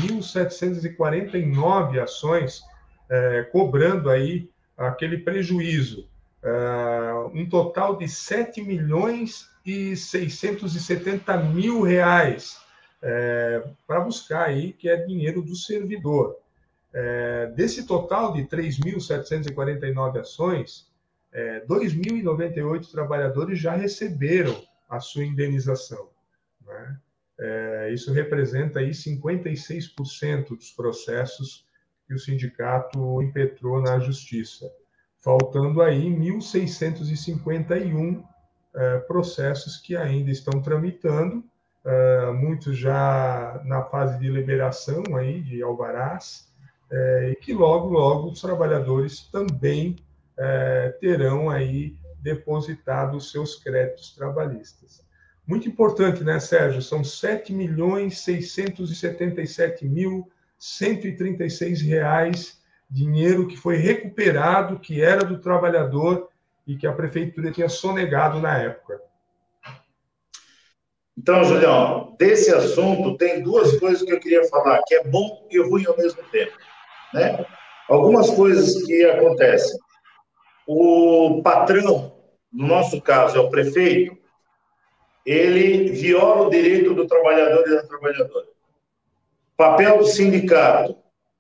[SPEAKER 2] 3.749 ações, cobrando aí aquele prejuízo, um total de R$ 7.670.000 para buscar aí, que é dinheiro do servidor. Desse total de 3.749 ações, 2.098 trabalhadores já receberam a sua indenização, né? Isso representa aí 56% dos processos que o sindicato impetrou na justiça, faltando aí 1.651 processos que ainda estão tramitando, muitos já na fase de liberação aí de alvarás, e que logo os trabalhadores também terão aí depositado os seus créditos trabalhistas. Muito importante, né, Sérgio? São R$ 7.677.136 dinheiro que foi recuperado, que era do trabalhador e que a prefeitura tinha sonegado na época.
[SPEAKER 3] Então, Julião, desse assunto tem duas coisas que eu queria falar, que é bom e ruim ao mesmo tempo, né? Algumas coisas que acontecem. O patrão, no nosso caso, é o prefeito, ele viola o direito do trabalhador e da trabalhadora. Papel do sindicato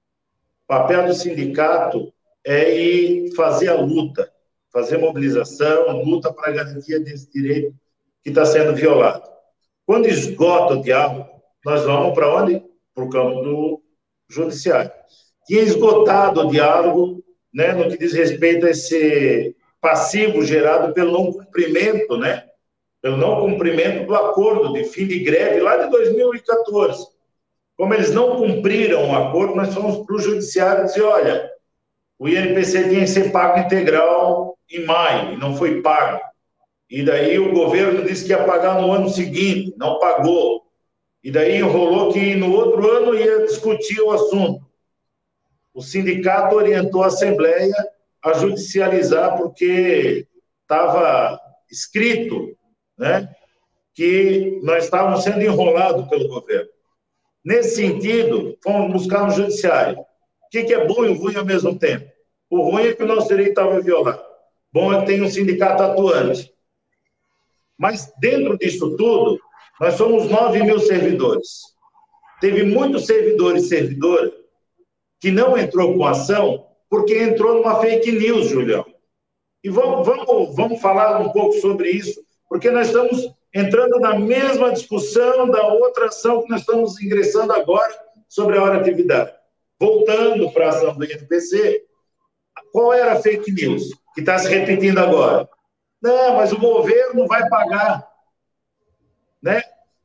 [SPEAKER 3] é ir fazer a luta, fazer mobilização, luta para a garantia desse direito que está sendo violado. Quando esgota o diálogo, nós vamos para onde? Para o campo do judiciário. Tinha esgotado o diálogo, né, no que diz respeito a esse passivo gerado pelo não cumprimento, né, pelo não cumprimento do acordo de fim de greve lá de 2014. Como eles não cumpriram o acordo, nós fomos para o judiciário dizer, olha, o INPC tinha que ser pago integral em maio, e não foi pago. E daí o governo disse que ia pagar no ano seguinte, não pagou. E daí enrolou que no outro ano ia discutir o assunto. O sindicato orientou a Assembleia a judicializar, porque estava escrito, né, que nós estávamos sendo enrolados pelo governo. Nesse sentido, fomos buscar no judiciário. O que é bom e ruim ao mesmo tempo? O ruim é que o nosso direito estava violado. Bom é que tem um sindicato atuante. Mas, dentro disso tudo, nós somos 9.000 servidores. Teve muitos servidores e servidoras que não entrou com ação porque entrou numa fake news, Julião. E vamos falar um pouco sobre isso, porque nós estamos entrando na mesma discussão da outra ação que nós estamos ingressando agora sobre a hora de atividade. Voltando para a ação do INPC, qual era a fake news que está se repetindo agora? Não, mas o governo vai pagar, né?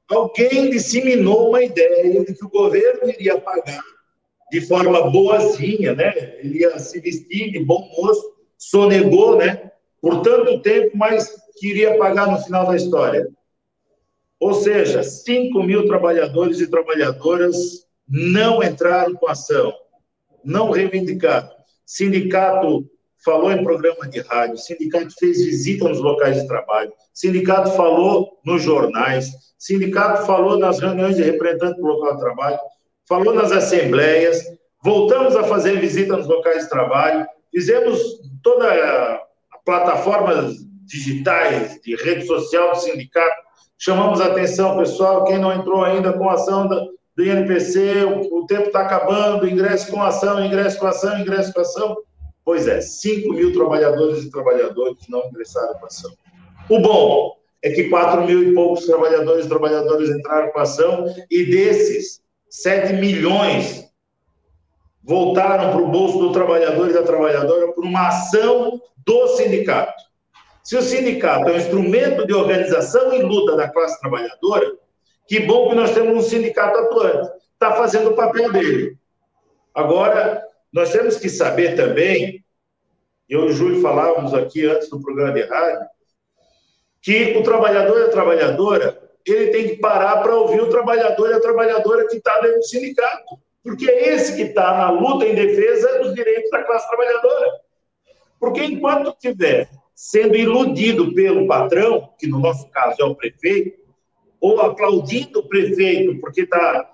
[SPEAKER 3] alguém disseminou uma ideia de que o governo iria pagar de forma boazinha, né? Ele ia se vestir de bom moço, sonegou, né? Por tanto tempo, mas queria pagar no final da história. Ou seja, 5.000 trabalhadores e trabalhadoras não entraram com ação, não reivindicaram. Sindicato falou em programa de rádio, sindicato fez visita nos locais de trabalho, sindicato falou nos jornais, sindicato falou nas reuniões de representantes do local de trabalho, falou nas assembleias, voltamos a fazer visita nos locais de trabalho, fizemos toda a plataformas digitais, de rede social do sindicato, chamamos a atenção, pessoal, quem não entrou ainda com a ação do INPC, o tempo está acabando, ingresso com ação, ingresso com ação, ingresso com ação. Pois é, 5.000 trabalhadores e trabalhadoras não ingressaram com ação. O bom é que 4.000 e poucos trabalhadores e trabalhadoras entraram com ação e desses, 7 milhões voltaram para o bolso do trabalhador e da trabalhadora por uma ação do sindicato. Se o sindicato é um instrumento de organização e luta da classe trabalhadora, que bom que nós temos um sindicato atuante. Está fazendo o papel dele. Agora, nós temos que saber também, eu e o Júlio falávamos aqui antes do programa de rádio, que o trabalhador e a trabalhadora, ele tem que parar para ouvir o trabalhador e a trabalhadora que está dentro do sindicato. Porque é esse que está na luta em defesa dos direitos da classe trabalhadora. Porque enquanto estiver sendo iludido pelo patrão, que no nosso caso é o prefeito, ou aplaudindo o prefeito porque está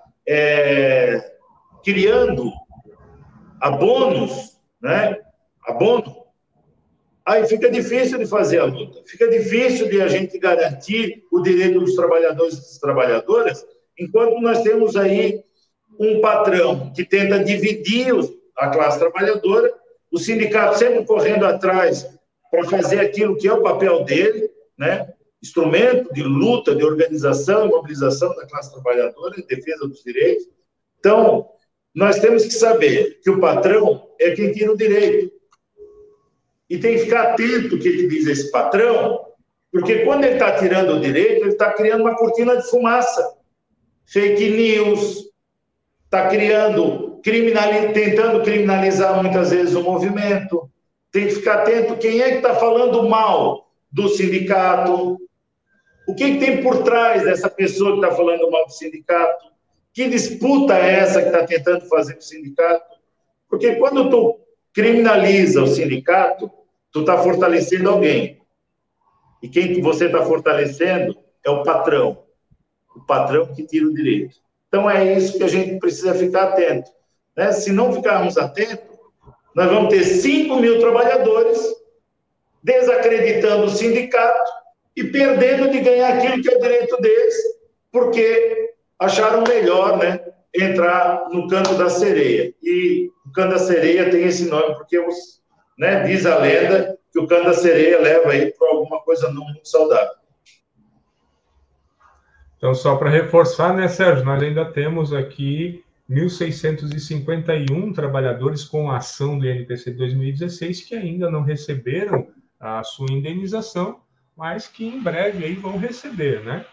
[SPEAKER 3] criando abonos, né? Abono, aí fica difícil de fazer a luta, fica difícil de a gente garantir o direito dos trabalhadores e das trabalhadoras, enquanto nós temos aí um patrão que tenta dividir a classe trabalhadora, o sindicato sempre correndo atrás para fazer aquilo que é o papel dele, né? Instrumento de luta, de organização e mobilização da classe trabalhadora em defesa dos direitos. Então, nós temos que saber que o patrão é quem tira o direito. E tem que ficar atento o que ele diz esse patrão, porque quando ele está tirando o direito, ele está criando uma cortina de fumaça. Fake news, está criando, tentando criminalizar muitas vezes o movimento. Tem que ficar atento quem é que está falando mal do sindicato, o que tem por trás dessa pessoa que está falando mal do sindicato, que disputa é essa que está tentando fazer com o sindicato. Porque quando tu criminaliza o sindicato, tu está fortalecendo alguém. E quem você está fortalecendo é o patrão que tira o direito. Então, é isso que a gente precisa ficar atento. Né? Se não ficarmos atentos, nós vamos ter 5.000 trabalhadores desacreditando o sindicato e perdendo de ganhar aquilo que é o direito deles, porque acharam melhor, né, entrar no canto da sereia. E o canto da sereia tem esse nome porque, né, diz a lenda que o canto da sereia leva aí para alguma coisa não muito saudável.
[SPEAKER 2] Então, só para reforçar, né, Sérgio, nós ainda temos aqui 1.651 trabalhadores com ação do INPC 2016 que ainda não receberam a sua indenização, mas que em breve aí vão receber, né?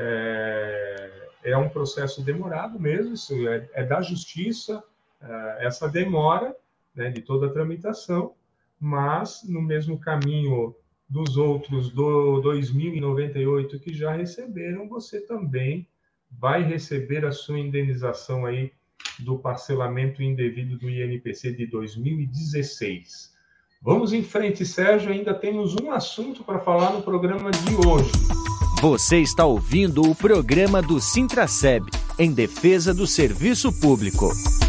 [SPEAKER 2] É um processo demorado mesmo, isso é da justiça, essa demora, né, de toda a tramitação, mas no mesmo caminho dos outros 2.098 que já receberam, você também vai receber a sua indenização aí do parcelamento indevido do INPC de 2016. Vamos em frente, Sérgio, ainda temos um assunto para falar no programa de hoje.
[SPEAKER 1] Você está ouvindo o programa do Sintraceb, em defesa do serviço público.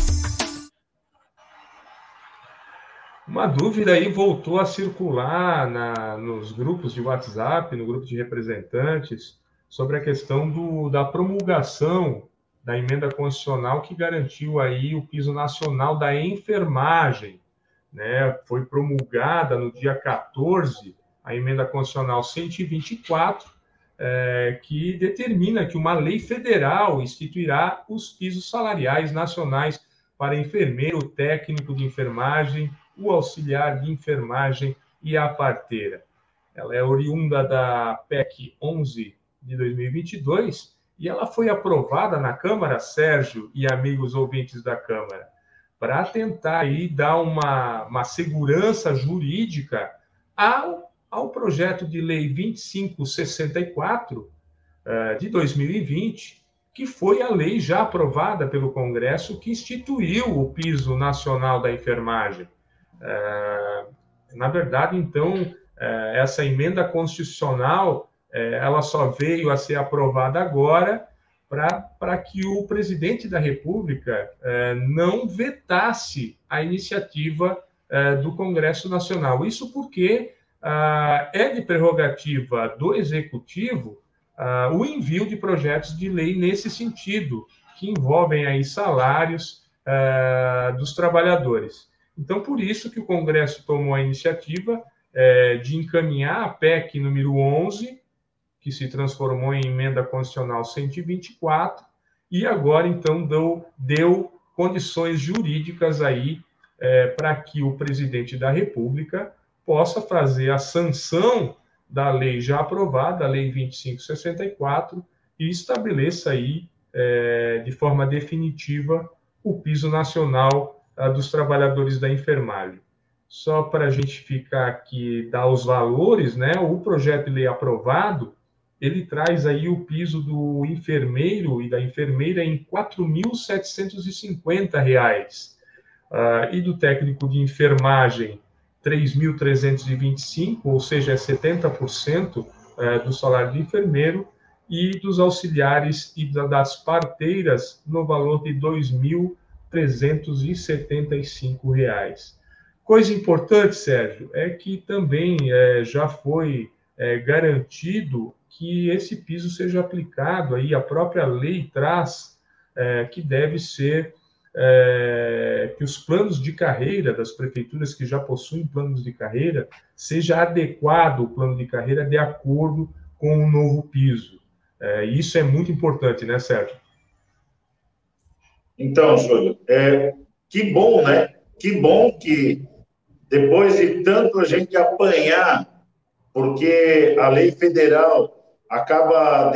[SPEAKER 2] Uma dúvida aí voltou a circular nos grupos de WhatsApp, no grupo de representantes, sobre a questão da promulgação da emenda constitucional que garantiu aí o piso nacional da enfermagem, né? Foi promulgada no dia 14 a emenda constitucional 124, que determina que uma lei federal instituirá os pisos salariais nacionais para enfermeiro, técnico de enfermagem, o auxiliar de enfermagem e a parteira. Ela é oriunda da PEC 11 de 2022 e ela foi aprovada na Câmara, Sérgio e amigos ouvintes da Câmara, para tentar aí dar uma segurança jurídica ao projeto de lei 2564 de 2020, que foi a lei já aprovada pelo Congresso que instituiu o piso nacional da enfermagem. Na verdade, então, essa emenda constitucional, ela só veio a ser aprovada agora para que o presidente da República não vetasse a iniciativa do Congresso Nacional. Isso porque é de prerrogativa do Executivo o envio de projetos de lei nesse sentido, que envolvem aí salários dos trabalhadores. Então, por isso que o Congresso tomou a iniciativa de encaminhar a PEC número 11, que se transformou em emenda constitucional 124, e agora, então, deu condições jurídicas aí para que o presidente da República possa fazer a sanção da lei já aprovada, a Lei 2564, e estabeleça aí, de forma definitiva, o piso nacional dos trabalhadores da enfermagem. Só para a gente ficar aqui, dar os valores, né? O projeto de lei aprovado, ele traz aí o piso do enfermeiro e da enfermeira em R$ 4.750, e do técnico de enfermagem, 3.325, ou seja, 70% do salário do enfermeiro, e dos auxiliares e das parteiras no valor de R$ 2.375. Coisa importante, Sérgio, é que também já foi garantido que esse piso seja aplicado, aí a própria lei traz que deve ser que os planos de carreira das prefeituras que já possuem planos de carreira, seja adequado o plano de carreira de acordo com o novo piso. Isso é muito importante, né, Sérgio?
[SPEAKER 3] Então, Júlio, que bom, né? Que bom que depois de tanto a gente apanhar, porque a lei federal acabava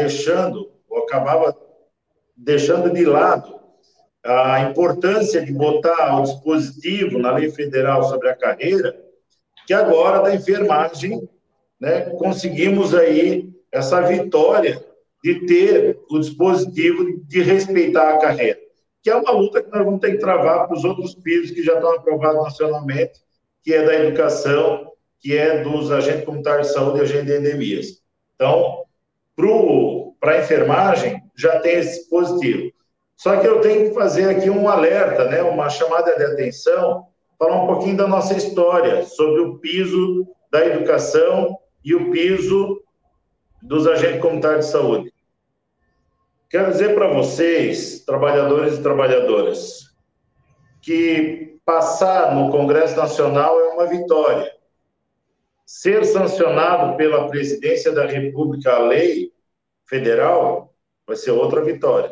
[SPEAKER 3] deixando de lado a importância de botar o dispositivo na lei federal sobre a carreira, que agora da enfermagem, né, conseguimos aí essa vitória de ter o dispositivo de respeitar a carreira, que é uma luta que nós vamos ter que travar para os outros pisos que já estão aprovados nacionalmente, que é da educação, que é dos agentes comunitários de saúde e agentes de endemias. Então, para a enfermagem, já tem esse dispositivo. Só que eu tenho que fazer aqui um alerta, né, uma chamada de atenção, falar um pouquinho da nossa história sobre o piso da educação e o piso dos agentes comunitários de saúde. Quero dizer para vocês, trabalhadores e trabalhadoras, que passar no Congresso Nacional é uma vitória. Ser sancionado pela Presidência da República a lei federal vai ser outra vitória.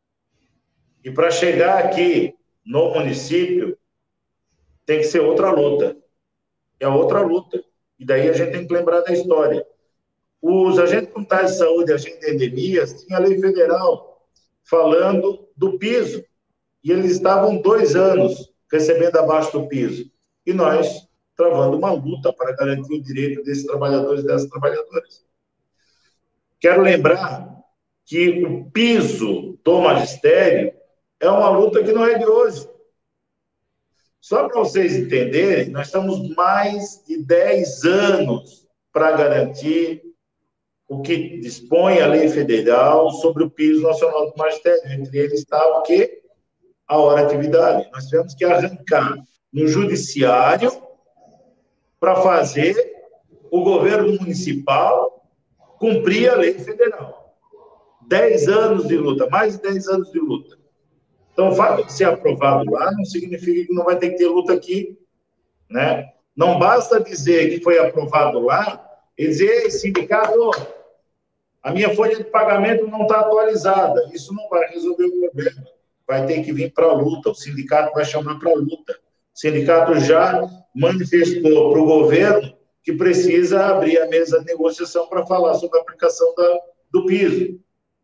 [SPEAKER 3] E para chegar aqui no município, tem que ser outra luta. É outra luta. E daí a gente tem que lembrar da história. Os agentes comunitários de saúde e agentes de endemias tinham a lei federal falando do piso. E eles estavam 2 anos recebendo abaixo do piso. E nós travando uma luta para garantir o direito desses trabalhadores e dessas trabalhadoras. Quero lembrar que o piso do magistério é uma luta que não é de hoje. Só para vocês entenderem, nós estamos mais de 10 anos para garantir o que dispõe a lei federal sobre o piso nacional do magistério. Entre eles está o quê? A hora atividade. Nós tivemos que arrancar no judiciário para fazer o governo municipal cumprir a lei federal. 10 anos de luta, mais de 10 anos de luta. Então, o fato de ser aprovado lá não significa que não vai ter que ter luta aqui, né? Não basta dizer que foi aprovado lá e dizer, ei, sindicato, a minha folha de pagamento não está atualizada. Isso não vai resolver o problema. Vai ter que vir para a luta, o sindicato vai chamar para a luta. O sindicato já manifestou para o governo que precisa abrir a mesa de negociação para falar sobre a aplicação do piso.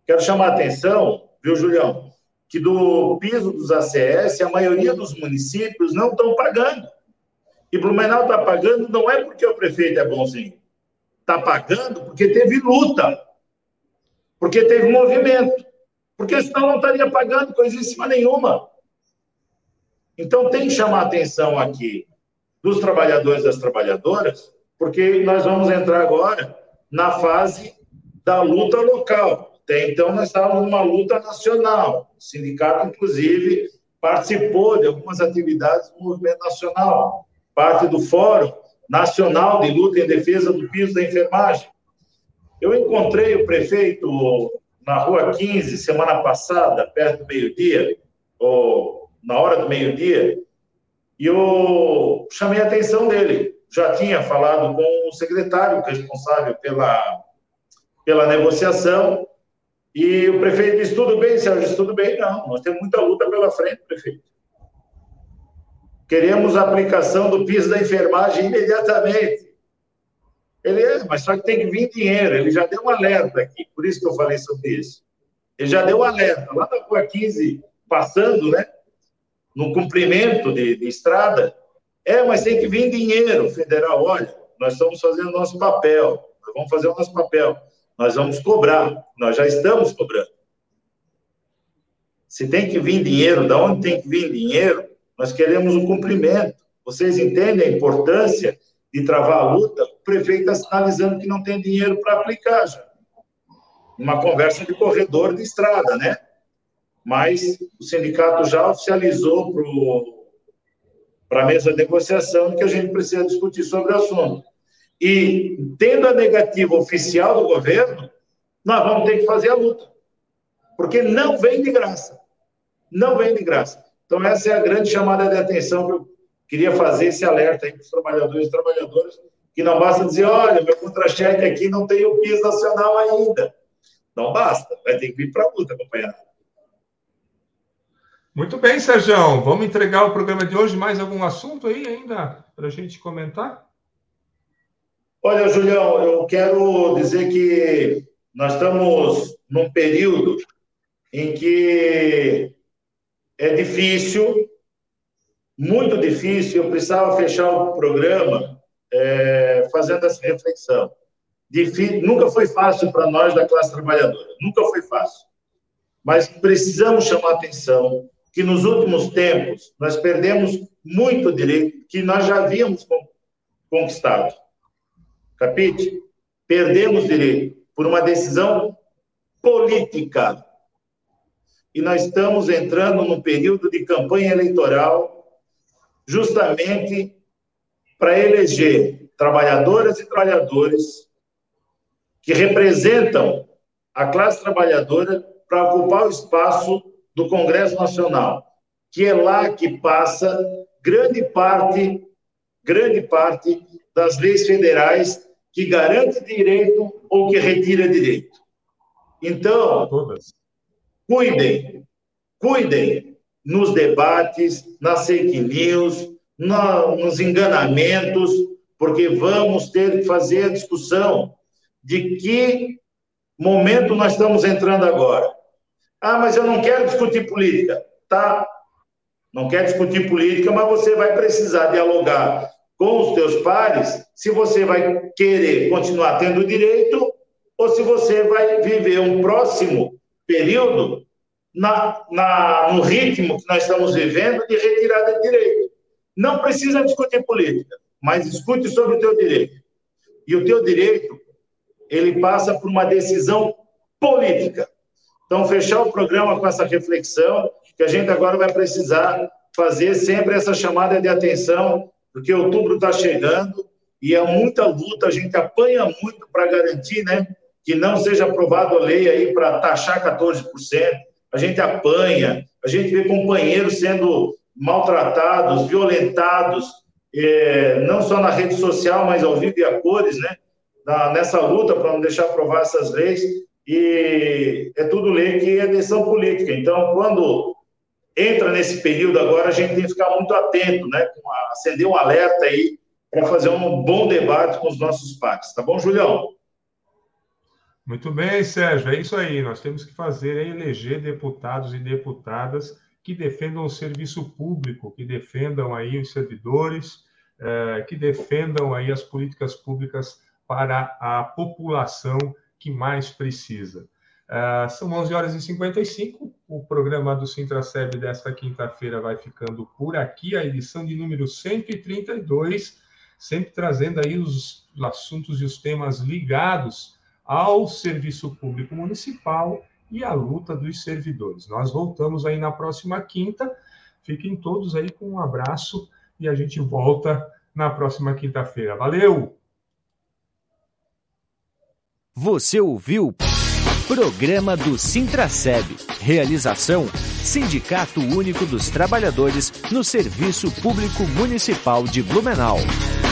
[SPEAKER 3] Quero chamar a atenção, viu, Julião, que do piso dos ACS, a maioria dos municípios não estão pagando. E Blumenau está pagando não é porque o prefeito é bonzinho. Está pagando porque teve luta, porque teve movimento, porque senão não estaria pagando coisíssima nenhuma. Então, tem que chamar a atenção aqui dos trabalhadores e das trabalhadoras, porque nós vamos entrar agora na fase da luta local. Até então, nós estávamos numa luta nacional. O sindicato, inclusive, participou de algumas atividades do movimento nacional, parte do Fórum Nacional de Luta em Defesa do Piso da Enfermagem. Eu encontrei o prefeito na Rua 15, semana passada, perto do meio-dia, ou na hora do meio-dia, e eu chamei a atenção dele. Já tinha falado com o secretário responsável pela negociação, e o prefeito disse, tudo bem, Sérgio, tudo bem. Não, nós temos muita luta pela frente, prefeito. Queremos a aplicação do piso da enfermagem imediatamente. Mas só que tem que vir dinheiro. Ele já deu um alerta aqui, por isso que eu falei sobre isso. Ele já deu um alerta. Lá na Rua 15, passando, né, no cumprimento de estrada, mas tem que vir dinheiro federal. Olha, nós estamos fazendo o nosso papel, nós vamos fazer o nosso papel, nós vamos cobrar, nós já estamos cobrando. Se tem que vir dinheiro, de onde tem que vir dinheiro, nós queremos um cumprimento. Vocês entendem a importância de travar a luta? O prefeito está sinalizando que não tem dinheiro para aplicar já. Uma conversa de corredor de estrada, né? Mas o sindicato já oficializou para a mesa de negociação que a gente precisa discutir sobre o assunto. E, tendo a negativa oficial do governo, nós vamos ter que fazer a luta. Porque não vem de graça. Não vem de graça. Então, essa é a grande chamada de atenção que eu queria fazer, esse alerta aí para os trabalhadores e trabalhadoras, que não basta dizer, olha, meu contra-cheque aqui não tem o piso nacional ainda. Não basta, vai ter que vir para a luta, companheiro.
[SPEAKER 2] Muito bem, Sérgio. Vamos entregar o programa de hoje. Mais algum assunto aí ainda para a gente comentar?
[SPEAKER 3] Olha, Julião, eu quero dizer que nós estamos num período em que é difícil, muito difícil. Eu precisava fechar o programa fazendo essa reflexão. Nunca foi fácil para nós da classe trabalhadora, nunca foi fácil. Mas precisamos chamar a atenção que nos últimos tempos nós perdemos muito direito que nós já havíamos conquistado. Capite? Perdemos direito por uma decisão política. E nós estamos entrando num período de campanha eleitoral justamente para eleger trabalhadoras e trabalhadores que representam a classe trabalhadora para ocupar o espaço do Congresso Nacional, que é lá que passa grande parte das leis federais que garante direito ou que retira direito. Então, cuidem nos debates, nas fake news, nos enganamentos, porque vamos ter que fazer a discussão de que momento nós estamos entrando agora. Mas eu não quero discutir política. Tá, não quer discutir política, mas você vai precisar dialogar com os teus pares se você vai querer continuar tendo direito ou se você vai viver um próximo período no ritmo que nós estamos vivendo de retirada de direito. Não precisa discutir política, mas discute sobre o teu direito. E o teu direito, ele passa por uma decisão política. Então, fechar o programa com essa reflexão, que a gente agora vai precisar fazer sempre essa chamada de atenção, porque outubro está chegando e é muita luta, a gente apanha muito para garantir, né, que não seja aprovada a lei aí para taxar 14%, a gente apanha, a gente vê companheiros sendo maltratados, violentados, não só na rede social, mas ao vivo e a cores, né, nessa luta para não deixar aprovar essas leis, e é tudo lei que é decisão política. Então, quando entra nesse período agora, a gente tem que ficar muito atento, né, acender um alerta aí para fazer um bom debate com os nossos pares. Tá bom, Julião?
[SPEAKER 2] Muito bem, Sérgio, é isso aí. Nós temos que fazer eleger deputados e deputadas que defendam o serviço público, que defendam aí os servidores, que defendam aí as políticas públicas para a população que mais precisa. São 11h55, o programa do Sintraceb desta quinta-feira vai ficando por aqui, a edição de número 132, sempre trazendo aí os assuntos e os temas ligados ao serviço público municipal e à luta dos servidores. Nós voltamos aí na próxima quinta, fiquem todos aí com um abraço e a gente volta na próxima quinta-feira. Valeu!
[SPEAKER 1] Você ouviu Programa do Sintraceb. Realização: Sindicato Único dos Trabalhadores no Serviço Público Municipal de Blumenau.